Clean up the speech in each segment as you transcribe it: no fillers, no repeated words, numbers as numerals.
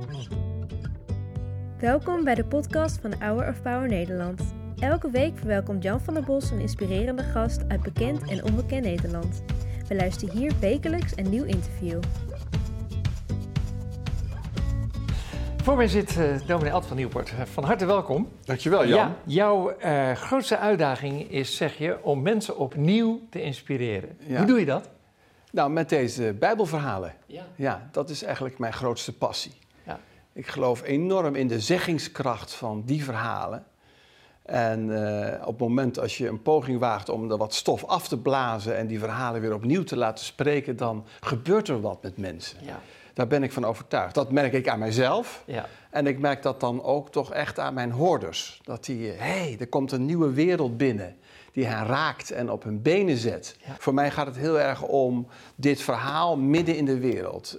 Welkom bij de podcast van Hour of Power Nederland. Elke week verwelkomt Jan van der Bos een inspirerende gast uit bekend en onbekend Nederland. We luisteren hier wekelijks een nieuw interview. Voor mij zit dominee Ad van Nieuwpoort. Van harte welkom. Dankjewel, Jan. Ja, jouw grootste uitdaging is, zeg je, om mensen opnieuw te inspireren. Ja. Hoe doe je dat? Nou, met deze Bijbelverhalen. Ja. Ja, dat is eigenlijk mijn grootste passie. Ja. Ik geloof enorm in de zeggingskracht van die verhalen. En op het moment als je een poging waagt om er wat stof af te blazen en die verhalen weer opnieuw te laten spreken, dan gebeurt er wat met mensen. Ja. Daar ben ik van overtuigd. Dat merk ik aan mijzelf. Ja. En ik merk dat dan ook toch echt aan mijn hoorders. Dat die, er komt een nieuwe wereld binnen die hen raakt en op hun benen zet. Ja. Voor mij gaat het heel erg om dit verhaal midden in de wereld.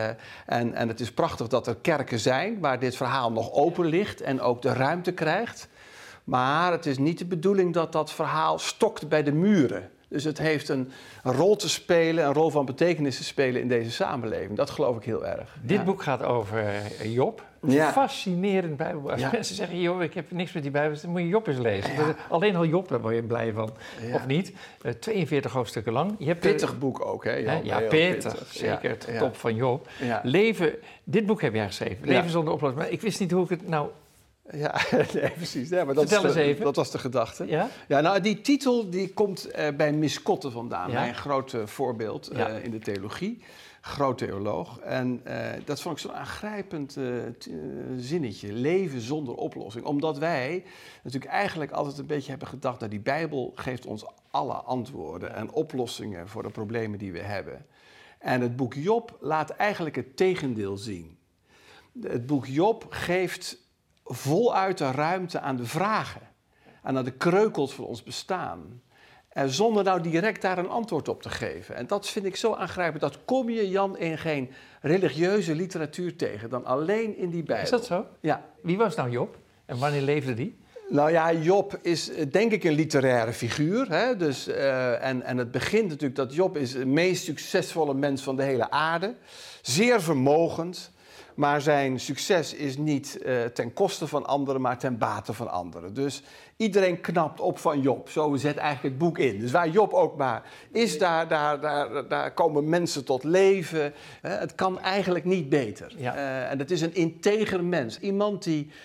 En het is prachtig dat er kerken zijn waar dit verhaal nog open ligt en ook de ruimte krijgt. Maar het is niet de bedoeling dat dat verhaal stokt bij de muren. Dus het heeft een rol te spelen, een rol van betekenis te spelen in deze samenleving. Dat geloof ik heel erg. Dit boek gaat over Job. Ja. Fascinerend Bijbel. Als mensen zeggen, joh, ik heb niks met die Bijbel, dan moet je Job eens lezen. Ja. Alleen al Job, daar word je blij van. Ja. Of niet? 42 hoofdstukken lang. Je hebt, Pittig boek ook, hè? Jan? Ja, Heel pittig. Zeker, Ja. het top van Job. Ja. Dit boek heb jij geschreven. Ja. Leven zonder oplossing. Maar ik wist niet hoe ik het nou... Ja, nee, precies. Ja, maar dat Vertel eens even. Dat was de gedachte. Ja? Ja, nou, die titel die komt bij Miskotte vandaan. Ja? Mijn grote voorbeeld in de theologie. Groot theoloog. En dat vond ik zo'n aangrijpend zinnetje. Leven zonder oplossing. Omdat wij natuurlijk eigenlijk altijd een beetje hebben gedacht, nou, die Bijbel geeft ons alle antwoorden en oplossingen voor de problemen die we hebben. En het boek Job laat eigenlijk het tegendeel zien. Het boek Job geeft voluit de ruimte aan de vragen en aan de kreukels van ons bestaan. En zonder nou direct daar een antwoord op te geven. En dat vind ik zo aangrijpend. Dat kom je, Jan, in geen religieuze literatuur tegen dan alleen in die Bijbel. Is dat zo? Ja. Wie was nou Job? En wanneer leefde die? Nou ja, Job is denk ik een literaire figuur. Hè? Dus, en het begint natuurlijk dat Job is de meest succesvolle mens van de hele aarde. Zeer vermogend. Maar zijn succes is niet ten koste van anderen, maar ten bate van anderen. Dus iedereen knapt op van Job. Zo zet eigenlijk het boek in. Dus waar Job ook maar is, daar komen mensen tot leven. Het kan eigenlijk niet beter. Ja. En het is een integer mens. Iemand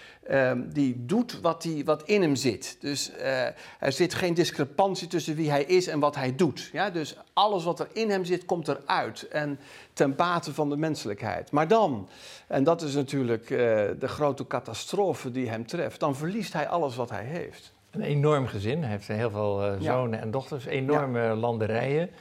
die doet wat in hem zit. Dus er zit geen discrepantie tussen wie hij is en wat hij doet. Ja? Dus alles wat er in hem zit, komt eruit. En ten bate van de menselijkheid. Maar dan, en dat is natuurlijk de grote catastrofe die hem treft, dan verliest hij alles wat hij heeft. Een enorm gezin. Hij heeft heel veel zonen en dochters. Enorme landerijen.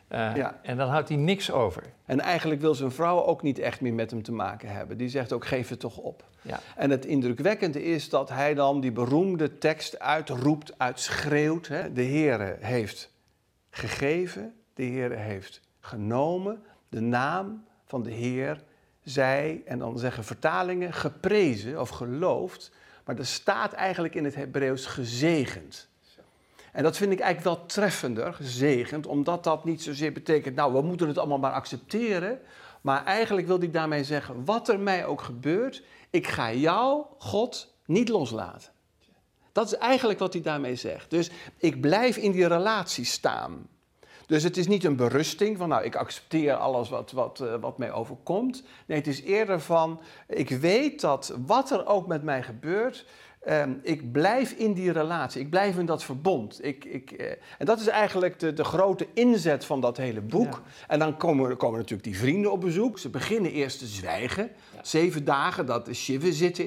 En dan houdt hij niks over. En eigenlijk wil zijn vrouw ook niet echt meer met hem te maken hebben. Die zegt ook, geef het toch op. Ja. En het indrukwekkende is dat hij dan die beroemde tekst uitroept, uitschreeuwt. Hè? De Heere heeft gegeven, de Heere heeft genomen. De naam van de Heer zij, en dan zeggen vertalingen, geprezen of geloofd. Maar er staat eigenlijk in het Hebreeuws gezegend. En dat vind ik eigenlijk wel treffender, gezegend, omdat dat niet zozeer betekent, nou, we moeten het allemaal maar accepteren. Maar eigenlijk wil hij daarmee zeggen, wat er mij ook gebeurt, ik ga jou, God, niet loslaten. Dat is eigenlijk wat hij daarmee zegt. Dus ik blijf in die relatie staan. Dus het is niet een berusting van, nou, ik accepteer alles wat mij overkomt. Nee, het is eerder van, ik weet dat wat er ook met mij gebeurt, ik blijf in die relatie, ik blijf in dat verbond. En dat is eigenlijk de grote inzet van dat hele boek. Ja. En dan komen natuurlijk die vrienden op bezoek. Ze beginnen eerst te zwijgen. Ja. 7 dagen, dat is shiva zitten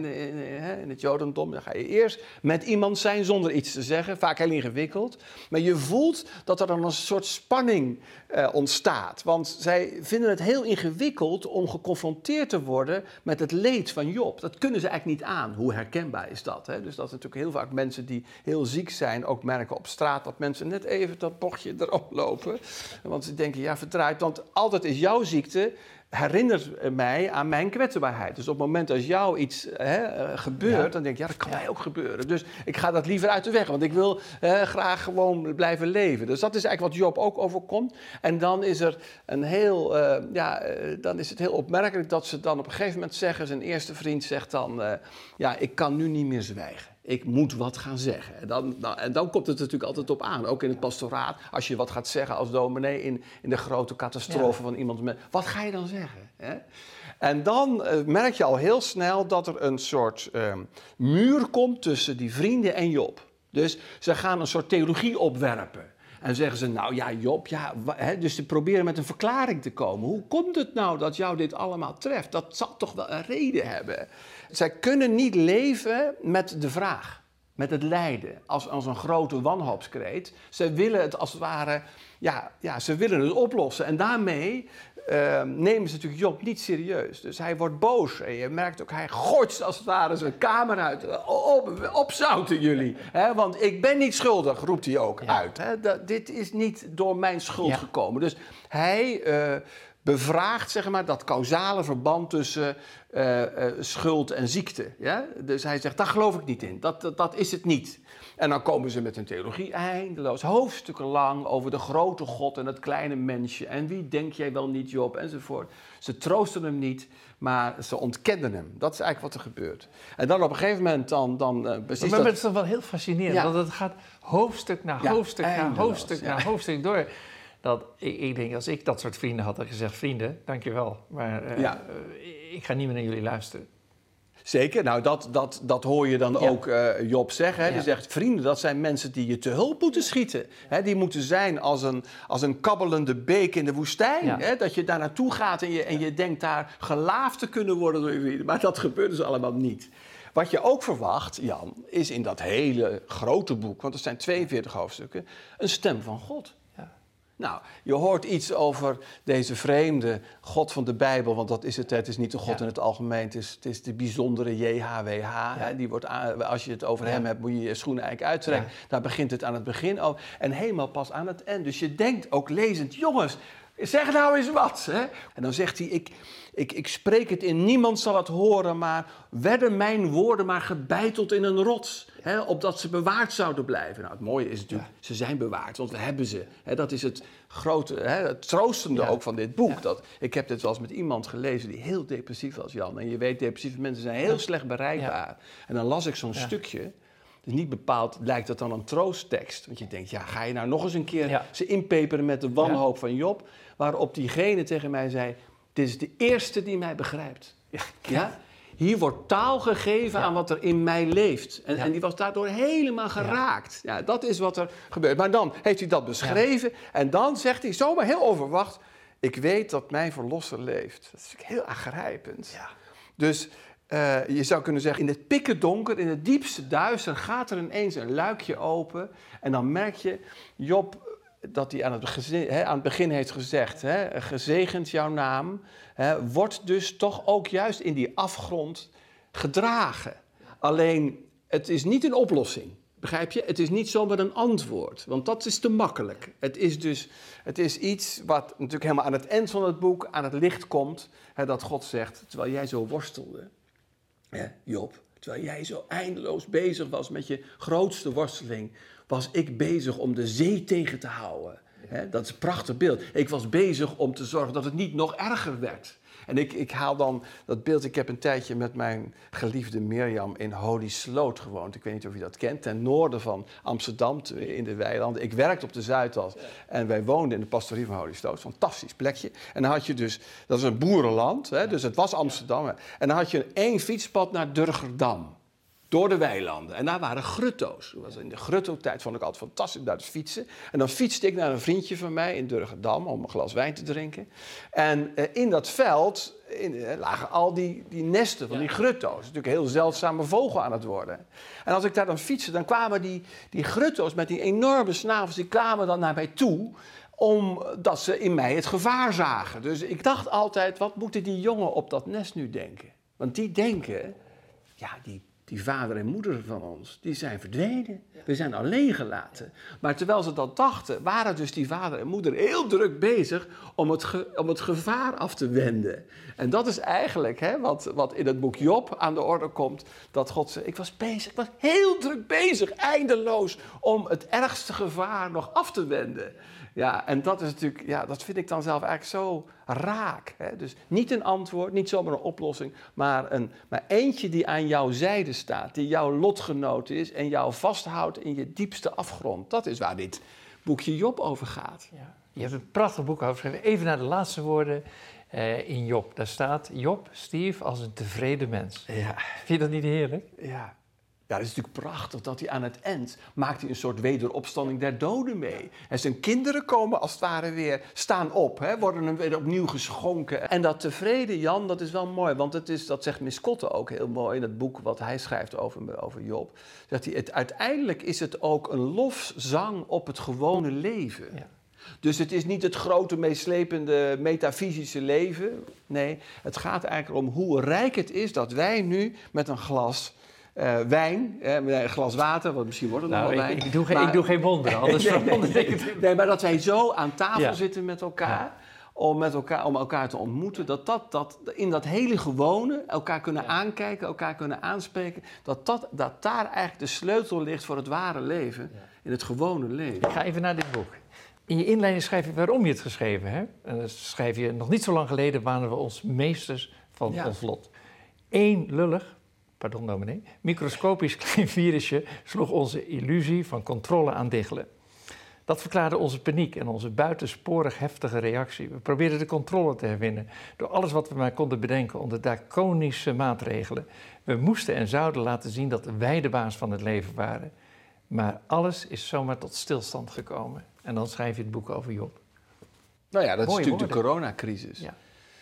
in het Jodendom. Dan ga je eerst met iemand zijn zonder iets te zeggen. Vaak heel ingewikkeld. Maar je voelt dat er dan een soort spanning ontstaat. Want zij vinden het heel ingewikkeld om geconfronteerd te worden met het leed van Job. Dat kunnen ze eigenlijk niet aan. Hoe herkenbaar is dat? Hè? Dus dat er natuurlijk heel vaak mensen die heel ziek zijn ook merken op straat dat mensen net even dat bochtje erop lopen. Want ze denken, ja, verdraaid, want altijd is jouw ziekte herinnert mij aan mijn kwetsbaarheid. Dus op het moment als jou iets gebeurt, dan denk ik, ja, dat kan mij ook gebeuren. Dus ik ga dat liever uit de weg, want ik wil graag gewoon blijven leven. Dus dat is eigenlijk wat Job ook overkomt. En dan is er dan is het heel opmerkelijk dat ze dan op een gegeven moment zeggen, zijn eerste vriend zegt dan, ik kan nu niet meer zwijgen. Ik moet wat gaan zeggen. En dan komt het natuurlijk altijd op aan. Ook in het pastoraat. Als je wat gaat zeggen als dominee in de grote catastrofe van iemand. Wat ga je dan zeggen? Hè? En dan merk je al heel snel dat er een soort muur komt tussen die vrienden en Job. Dus ze gaan een soort theologie opwerpen. En zeggen ze, nou ja, Job, dus ze proberen met een verklaring te komen. Hoe komt het nou dat jou dit allemaal treft? Dat zal toch wel een reden hebben. Zij kunnen niet leven met de vraag, met het lijden, als een grote wanhoopskreet. Ze willen het als het ware, ze willen het oplossen. En daarmee nemen ze natuurlijk Job niet serieus. Dus hij wordt boos. En je merkt ook, hij gooit als het ware zijn kamer uit. Opzouten jullie. Hè? Want ik ben niet schuldig, roept hij ook uit. Hè? Dit is niet door mijn schuld gekomen. Dus hij bevraagt, zeg maar, dat causale verband tussen schuld en ziekte. Ja? Dus hij zegt, daar geloof ik niet in. Dat is het niet. En dan komen ze met een theologie eindeloos, hoofdstukken lang, over de grote God en het kleine mensje. En wie denk jij wel niet, Job, enzovoort. Ze troosten hem niet, maar ze ontkennen hem. Dat is eigenlijk wat er gebeurt. En dan op een gegeven moment precies. Maar het is toch wel heel fascinerend, want het gaat hoofdstuk na hoofdstuk na hoofdstuk na hoofdstuk door. Ik denk, als ik dat soort vrienden had gezegd, vrienden, dankjewel, maar ik ga niet meer naar jullie luisteren. Zeker, nou dat hoor je dan ook Job zeggen. Hè? Die zegt, vrienden, dat zijn mensen die je te hulp moeten schieten. Hè? Die moeten zijn als een kabbelende beek in de woestijn. Ja. Hè? Dat je daar naartoe gaat en je denkt daar gelaafd te kunnen worden door je vrienden. Maar dat gebeurt dus allemaal niet. Wat je ook verwacht, Jan, is in dat hele grote boek, want er zijn 42 hoofdstukken, een stem van God. Nou, je hoort iets over deze vreemde God van de Bijbel, want dat is het. Het is niet de God in het algemeen, het is de bijzondere JHWH. Ja. Hè, die wordt als je het over hem hebt, moet je je schoenen eigenlijk uittrekken. Ja. Daar begint het aan het begin ook en helemaal pas aan het eind. Dus je denkt ook lezend, jongens, zeg nou eens wat. Hè? En dan zegt hij, ik spreek het in, niemand zal het horen, maar werden mijn woorden maar gebeiteld in een rots, hè, opdat ze bewaard zouden blijven. Nou, het mooie is natuurlijk, ze zijn bewaard, want we hebben ze. Hè, dat is het grote, het troostende ook van dit boek. Ja. Ik heb dit wel eens met iemand gelezen die heel depressief was, Jan. En je weet, depressieve mensen zijn heel slecht bereikbaar. Ja. En dan las ik zo'n stukje. Dus niet bepaald lijkt dat dan een troosttekst. Want je denkt, ga je nou nog eens een keer ze inpeperen met de wanhoop van Job? Waarop diegene tegen mij zei, dit is de eerste die mij begrijpt. Ja? Hier wordt taal gegeven aan wat er in mij leeft. En die was daardoor helemaal geraakt. Ja, dat is wat er gebeurt. Maar dan heeft hij dat beschreven. Ja. En dan zegt hij zomaar heel onverwacht, ik weet dat mijn verlosser leeft. Dat is heel aangrijpend. Ja. Dus je zou kunnen zeggen, in het pikkendonker, in het diepste duister, gaat er ineens een luikje open. En dan merk je, Job, dat hij aan het begin heeft gezegd, gezegend jouw naam, wordt dus toch ook juist in die afgrond gedragen. Alleen, het is niet een oplossing, begrijp je? Het is niet zomaar een antwoord, want dat is te makkelijk. Het is iets wat natuurlijk helemaal aan het eind van het boek aan het licht komt, dat God zegt, terwijl jij zo worstelde, Job, terwijl jij zo eindeloos bezig was met je grootste worsteling, was ik bezig om de zee tegen te houden. Dat is een prachtig beeld. Ik was bezig om te zorgen dat het niet nog erger werd. En ik haal dan dat beeld. Ik heb een tijdje met mijn geliefde Mirjam in Holy Sloot gewoond. Ik weet niet of je dat kent. Ten noorden van Amsterdam, in de weilanden. Ik werkte op de Zuidas. En wij woonden in de pastorie van Holy Sloot. Fantastisch plekje. En dan had je dus, dat is een boerenland. Dus het was Amsterdam. En dan had je 1 fietspad naar Durgerdam. Door de weilanden. En daar waren grutto's. In de grutto-tijd vond ik altijd fantastisch daar te fietsen. En dan fietste ik naar een vriendje van mij in Durgerdam om een glas wijn te drinken. En in dat veld lagen al die nesten van die grutto's. Dat is natuurlijk een heel zeldzame vogel aan het worden. En als ik daar dan fietste, dan kwamen die grutto's met die enorme snavels, die kwamen dan naar mij toe, omdat ze in mij het gevaar zagen. Dus ik dacht altijd, wat moeten die jongen op dat nest nu denken? Want die denken, die vader en moeder van ons, die zijn verdwenen. We zijn alleen gelaten. Maar terwijl ze dat dachten, waren dus die vader en moeder heel druk bezig om het gevaar af te wenden. En dat is eigenlijk wat in het boek Job aan de orde komt. Dat God zegt, ik was heel druk bezig, eindeloos, om het ergste gevaar nog af te wenden. Ja, en dat is natuurlijk, dat vind ik dan zelf eigenlijk zo raak. Hè? Dus niet een antwoord, niet zomaar een oplossing, maar eentje die aan jouw zijde staat, die jouw lotgenoot is en jou vasthoudt in je diepste afgrond. Dat is waar dit boekje Job over gaat. Ja. Je hebt een prachtig boek over geschreven. Even naar de laatste woorden in Job. Daar staat, Job stierf als een tevreden mens. Ja. Vind je dat niet heerlijk? Ja. Ja, dat is natuurlijk prachtig dat hij aan het eind maakt hij een soort wederopstanding der doden mee. En zijn kinderen komen als het ware weer, staan op, worden hem weer opnieuw geschonken. En dat tevreden Jan, dat is wel mooi, want dat zegt Miskotte ook heel mooi in het boek wat hij schrijft over Job. Zegt hij, uiteindelijk is het ook een lofzang op het gewone leven. Ja. Dus het is niet het grote, meeslepende, metafysische leven. Nee, het gaat eigenlijk om hoe rijk het is dat wij nu met een glas wijn, een glas water, want misschien wordt het nog wel wijn. Ik doe geen wonderen, anders verwonder ik het. Nee, maar dat wij zo aan tafel zitten met elkaar, om elkaar te ontmoeten, dat in dat hele gewone, elkaar kunnen aankijken, elkaar kunnen aanspreken, dat daar eigenlijk de sleutel ligt voor het ware leven, in het gewone leven. Ik ga even naar dit boek. In je inleiding schrijf je waarom je het geschreven hebt. En dan schrijf je, nog niet zo lang geleden waren we ons meesters van ons lot. Eén lullig, pardon dominee, microscopisch klein virusje sloeg onze illusie van controle aan diggelen. Dat verklaarde onze paniek en onze buitensporig heftige reactie. We probeerden de controle te herwinnen door alles wat we maar konden bedenken onder draconische maatregelen. We moesten en zouden laten zien dat wij de baas van het leven waren. Maar alles is zomaar tot stilstand gekomen. En dan schrijf je het boek over Job. Nou ja, dat is natuurlijk de coronacrisis. Ja.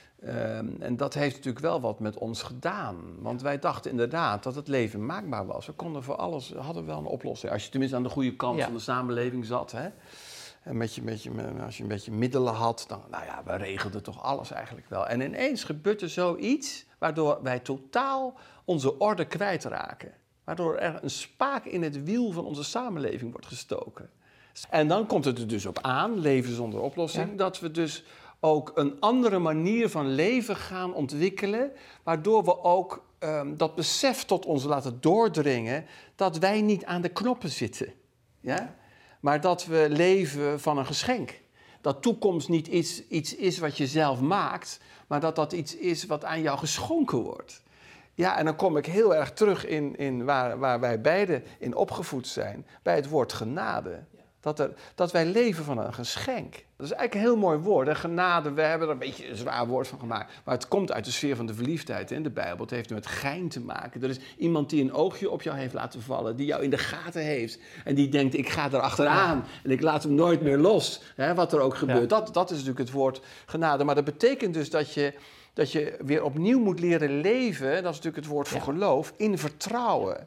En dat heeft natuurlijk wel wat met ons gedaan. Want wij dachten inderdaad dat het leven maakbaar was. We konden voor alles, hadden wel een oplossing. Als je tenminste aan de goede kant van de samenleving zat. Hè? En als je een beetje middelen had, dan, we regelden toch alles eigenlijk wel. En ineens gebeurt er zoiets waardoor wij totaal onze orde kwijtraken. Waardoor er een spaak in het wiel van onze samenleving wordt gestoken. En dan komt het er dus op aan, leven zonder oplossing, dat we dus ook een andere manier van leven gaan ontwikkelen, waardoor we ook dat besef tot ons laten doordringen dat wij niet aan de knoppen zitten. Ja? Maar dat we leven van een geschenk. Dat toekomst niet iets is wat je zelf maakt, maar dat iets is wat aan jou geschonken wordt. Ja, en dan kom ik heel erg terug in waar wij beiden in opgevoed zijn, bij het woord genade. Dat wij leven van een geschenk. Dat is eigenlijk een heel mooi woord. Hè? Genade, we hebben er een beetje een zwaar woord van gemaakt. Maar het komt uit de sfeer van de verliefdheid in de Bijbel. Het heeft met gein te maken. Er is iemand die een oogje op jou heeft laten vallen. Die jou in de gaten heeft. En die denkt, ik ga er achteraan. En ik laat hem nooit meer los. Hè? Wat er ook gebeurt. Ja. Dat is natuurlijk het woord genade. Maar dat betekent dus dat je weer opnieuw moet leren leven. Dat is natuurlijk het woord voor geloof. In vertrouwen.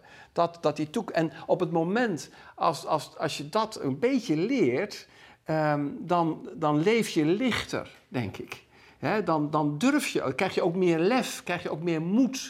En op het moment als je dat een beetje leert, dan leef je lichter, denk ik. Dan durf je, krijg je ook meer lef, krijg je ook meer moed.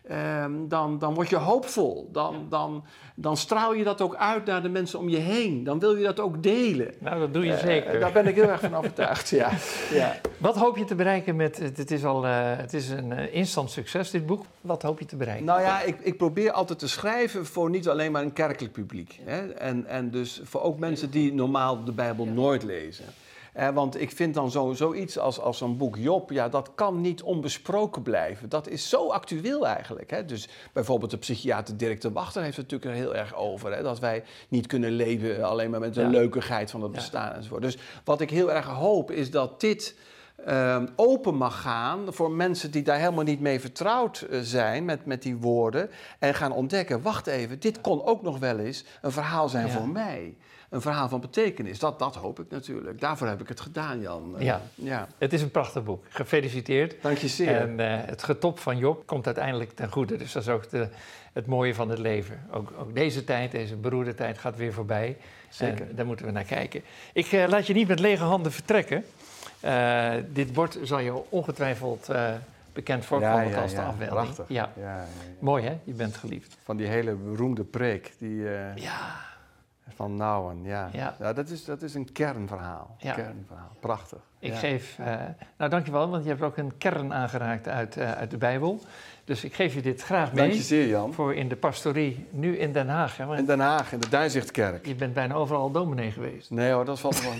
Dan word je hoopvol. Dan straal je dat ook uit naar de mensen om je heen. Dan wil je dat ook delen. Nou, dat doe je zeker. Daar ben ik heel erg van overtuigd, ja. Wat hoop je te bereiken met... Het is een instant succes, dit boek. Wat hoop je te bereiken? Nou ja, ik probeer altijd te schrijven voor niet alleen maar een kerkelijk publiek. Hè? En dus voor ook mensen die normaal de Bijbel nooit lezen. Want ik vind dan zoiets als zo'n boek Job, dat kan niet onbesproken blijven. Dat is zo actueel eigenlijk. Hè? Dus bijvoorbeeld de psychiater Dirk de Wachter heeft het natuurlijk er heel erg over. Hè? Dat wij niet kunnen leven alleen maar met de leukigheid van het bestaan enzovoort. Dus wat ik heel erg hoop is dat dit open mag gaan voor mensen die daar helemaal niet mee vertrouwd zijn met die woorden. En gaan ontdekken, wacht even, dit kon ook nog wel eens een verhaal zijn voor mij. Een verhaal van betekenis. Dat hoop ik natuurlijk. Daarvoor heb ik het gedaan, Jan. Ja. Het is een prachtig boek. Gefeliciteerd. Dank je zeer. En het getop van Job komt uiteindelijk ten goede. Dus dat is ook het mooie van het leven. Ook deze tijd, deze beroerde tijd gaat weer voorbij. Zeker. En daar moeten we naar kijken. Ik laat je niet met lege handen vertrekken. Dit bord zal je ongetwijfeld bekend voorkomt als de afbeelding. Prachtig. Ja. Mooi hè, je bent geliefd. Van die hele beroemde preek, van Nouwen, dat is een kernverhaal. Ja. Prachtig. Ik geef, dankjewel, want je hebt ook een kern aangeraakt uit de Bijbel. Dus ik geef je dit graag mee. Dank je zeer, Jan. Voor in de pastorie, nu in Den Haag. Hè? In Den Haag, in de Duinzichtkerk. Je bent bijna overal dominee geweest. Nee hoor, dat valt wel.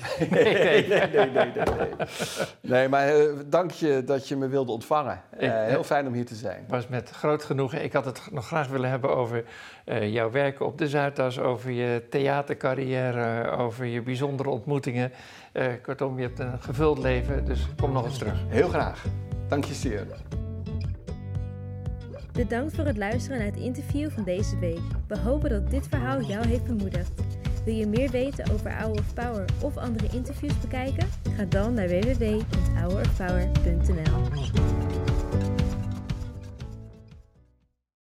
Nee, maar dank je dat je me wilde ontvangen. Heel fijn om hier te zijn. Het was met groot genoegen. Ik had het nog graag willen hebben over jouw werken op de Zuidas, over je theatercarrière, over je bijzondere ontmoetingen. Kortom, je hebt een gevuld leven, dus kom nog eens terug. Heel graag. Dank je zeer. Bedankt voor het luisteren naar het interview van deze week. We hopen dat dit verhaal jou heeft bemoedigd. Wil je meer weten over Hour of Power of andere interviews bekijken? Ga dan naar www.hourofpower.nl.